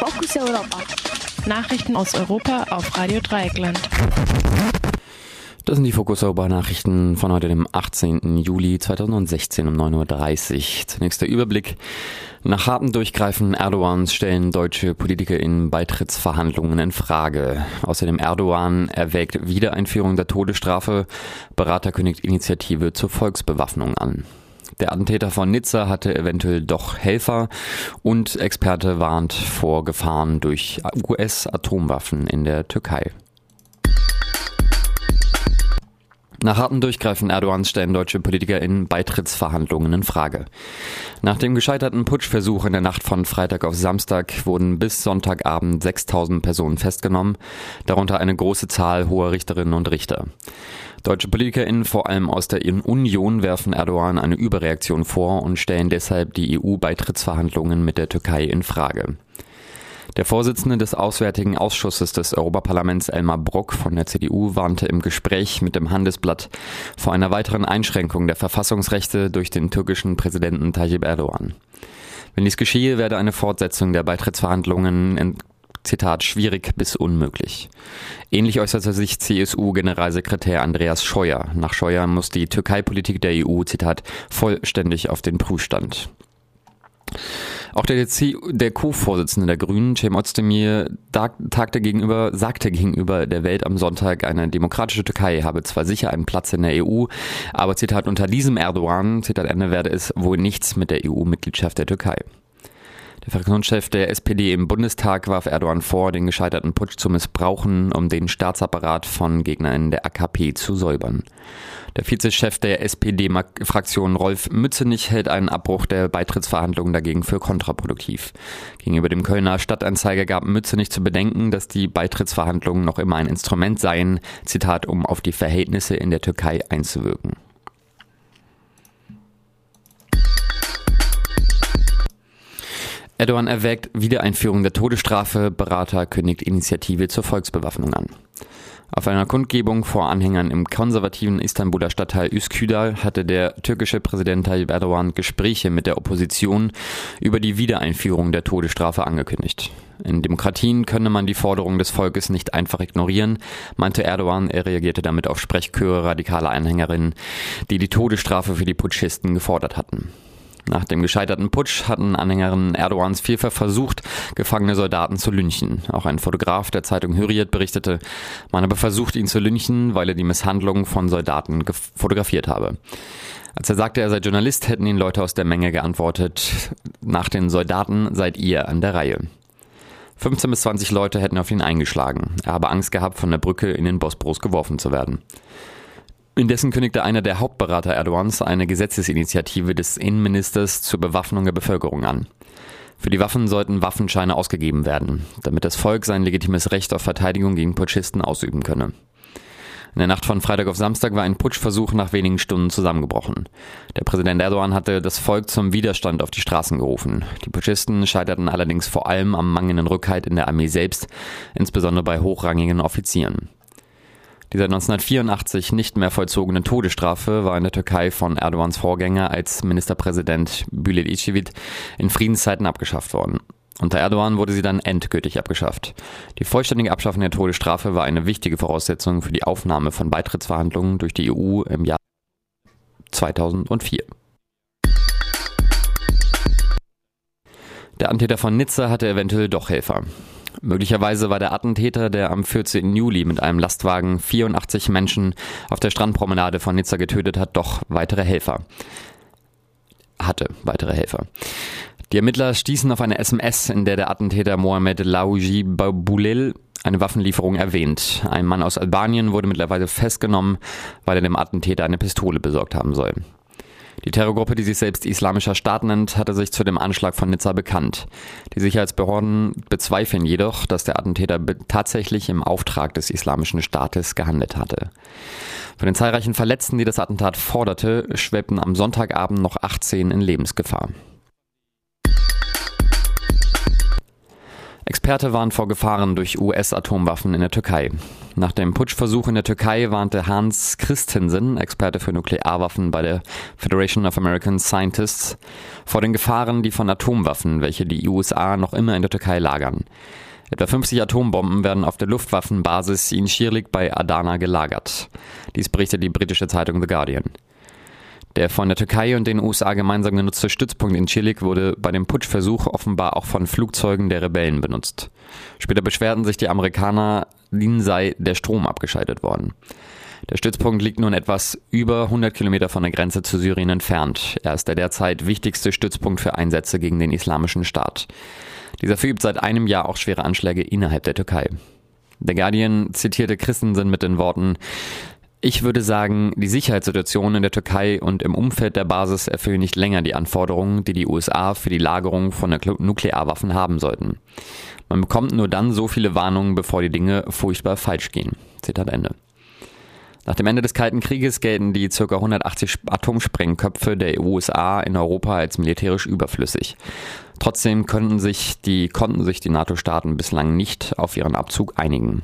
Fokus Europa. Nachrichten aus Europa auf Radio Dreieckland. Das sind die Fokus Europa Nachrichten von heute, dem 18. Juli 2016 um 9.30 Uhr. Zunächst der Überblick. Nach hartem Durchgreifen Erdogans stellen deutsche PolitikerInnen Beitrittsverhandlungen in Frage. Außerdem Erdogan erwägt Wiedereinführung der Todesstrafe. Berater kündigt Initiative zur Volksbewaffnung an. Der Attentäter von Nizza hatte eventuell doch Helfer und Experte warnt vor Gefahren durch US-Atomwaffen in der Türkei. Nach hartem Durchgreifen Erdogans stellen deutsche PolitikerInnen Beitrittsverhandlungen in Frage. Nach dem gescheiterten Putschversuch in der Nacht von Freitag auf Samstag wurden bis Sonntagabend 6.000 Personen festgenommen, darunter eine große Zahl hoher Richterinnen und Richter. Deutsche PolitikerInnen, vor allem aus der Union, werfen Erdogan eine Überreaktion vor und stellen deshalb die EU-Beitrittsverhandlungen mit der Türkei in Frage. Der Vorsitzende des Auswärtigen Ausschusses des Europaparlaments, Elmar Brok von der CDU, warnte im Gespräch mit dem Handelsblatt vor einer weiteren Einschränkung der Verfassungsrechte durch den türkischen Präsidenten Tayyip Erdogan. Wenn dies geschehe, werde eine Fortsetzung der Beitrittsverhandlungen Zitat, schwierig bis unmöglich. Ähnlich äußerte sich CSU-Generalsekretär Andreas Scheuer. Nach Scheuer muss die Türkei-Politik der EU, Zitat, vollständig auf den Prüfstand. Auch der Co-Vorsitzende der Grünen, Cem Özdemir, sagte gegenüber der Welt am Sonntag, eine demokratische Türkei habe zwar sicher einen Platz in der EU, aber, Zitat, unter diesem Erdogan, Zitat Ende, werde es wohl nichts mit der EU-Mitgliedschaft der Türkei. Der Fraktionschef der SPD im Bundestag warf Erdogan vor, den gescheiterten Putsch zu missbrauchen, um den Staatsapparat von Gegnern der AKP zu säubern. Der Vizechef der SPD-Fraktion Rolf Mützenich hält einen Abbruch der Beitrittsverhandlungen dagegen für kontraproduktiv. Gegenüber dem Kölner Stadtanzeiger gab Mützenich zu bedenken, dass die Beitrittsverhandlungen noch immer ein Instrument seien, Zitat, um auf die Verhältnisse in der Türkei einzuwirken. Erdogan erwägt Wiedereinführung der Todesstrafe, Berater kündigt Initiative zur Volksbewaffnung an. Auf einer Kundgebung vor Anhängern im konservativen Istanbuler Stadtteil Üsküdar hatte der türkische Präsident Tayyip Erdogan Gespräche mit der Opposition über die Wiedereinführung der Todesstrafe angekündigt. In Demokratien könne man die Forderung des Volkes nicht einfach ignorieren, meinte Erdogan. Er reagierte damit auf Sprechchöre radikaler Anhängerinnen, die die Todesstrafe für die Putschisten gefordert hatten. Nach dem gescheiterten Putsch hatten Anhängerinnen Erdogans vielfach versucht, gefangene Soldaten zu lynchen. Auch ein Fotograf der Zeitung Hürriyet berichtete, man habe versucht, ihn zu lynchen, weil er die Misshandlungen von Soldaten fotografiert habe. Als er sagte, er sei Journalist, hätten ihn Leute aus der Menge geantwortet, nach den Soldaten seid ihr an der Reihe. 15 bis 20 Leute hätten auf ihn eingeschlagen. Er habe Angst gehabt, von der Brücke in den Bosporus geworfen zu werden. Indessen kündigte einer der Hauptberater Erdogans eine Gesetzesinitiative des Innenministers zur Bewaffnung der Bevölkerung an. Für die Waffen sollten Waffenscheine ausgegeben werden, damit das Volk sein legitimes Recht auf Verteidigung gegen Putschisten ausüben könne. In der Nacht von Freitag auf Samstag war ein Putschversuch nach wenigen Stunden zusammengebrochen. Der Präsident Erdogan hatte das Volk zum Widerstand auf die Straßen gerufen. Die Putschisten scheiterten allerdings vor allem am mangelnden Rückhalt in der Armee selbst, insbesondere bei hochrangigen Offizieren. Die seit 1984 nicht mehr vollzogene Todesstrafe war in der Türkei von Erdogans Vorgänger als Ministerpräsident Bülent Ecevit in Friedenszeiten abgeschafft worden. Unter Erdogan wurde sie dann endgültig abgeschafft. Die vollständige Abschaffung der Todesstrafe war eine wichtige Voraussetzung für die Aufnahme von Beitrittsverhandlungen durch die EU im Jahr 2004. Der Attentäter von Nizza hatte eventuell doch Helfer. Möglicherweise war der Attentäter, der am 14. Juli mit einem Lastwagen 84 Menschen auf der Strandpromenade von Nizza getötet hat, doch weitere Helfer. Die Ermittler stießen auf eine SMS, in der der Attentäter Mohamed Louaji Boulel eine Waffenlieferung erwähnt. Ein Mann aus Albanien wurde mittlerweile festgenommen, weil er dem Attentäter eine Pistole besorgt haben soll. Die Terrorgruppe, die sich selbst Islamischer Staat nennt, hatte sich zu dem Anschlag von Nizza bekannt. Die Sicherheitsbehörden bezweifeln jedoch, dass der Attentäter tatsächlich im Auftrag des Islamischen Staates gehandelt hatte. Von den zahlreichen Verletzten, die das Attentat forderte, schwebten am Sonntagabend noch 18 in Lebensgefahr. Experte warnt vor Gefahren durch US-Atomwaffen in der Türkei. Nach dem Putschversuch in der Türkei warnte Hans Christensen, Experte für Nuklearwaffen bei der Federation of American Scientists, vor den Gefahren, die von Atomwaffen, welche die USA noch immer in der Türkei lagern. Etwa 50 Atombomben werden auf der Luftwaffenbasis in Incirlik bei Adana gelagert. Dies berichtet die britische Zeitung The Guardian. Der von der Türkei und den USA gemeinsam genutzte Stützpunkt in Incirlik wurde bei dem Putschversuch offenbar auch von Flugzeugen der Rebellen benutzt. Später beschwerten sich die Amerikaner, ihnen sei der Strom abgeschaltet worden. Der Stützpunkt liegt nun etwas über 100 Kilometer von der Grenze zu Syrien entfernt. Er ist der derzeit wichtigste Stützpunkt für Einsätze gegen den Islamischen Staat. Dieser verübt seit einem Jahr auch schwere Anschläge innerhalb der Türkei. The Guardian zitierte Christensen mit den Worten: Ich würde sagen, die Sicherheitssituation in der Türkei und im Umfeld der Basis erfüllen nicht länger die Anforderungen, die die USA für die Lagerung von Nuklearwaffen haben sollten. Man bekommt nur dann so viele Warnungen, bevor die Dinge furchtbar falsch gehen. Zitat Ende. Nach dem Ende des Kalten Krieges gelten die ca. 180 Atomsprengköpfe der USA in Europa als militärisch überflüssig. Trotzdem konnten sich die NATO-Staaten bislang nicht auf ihren Abzug einigen.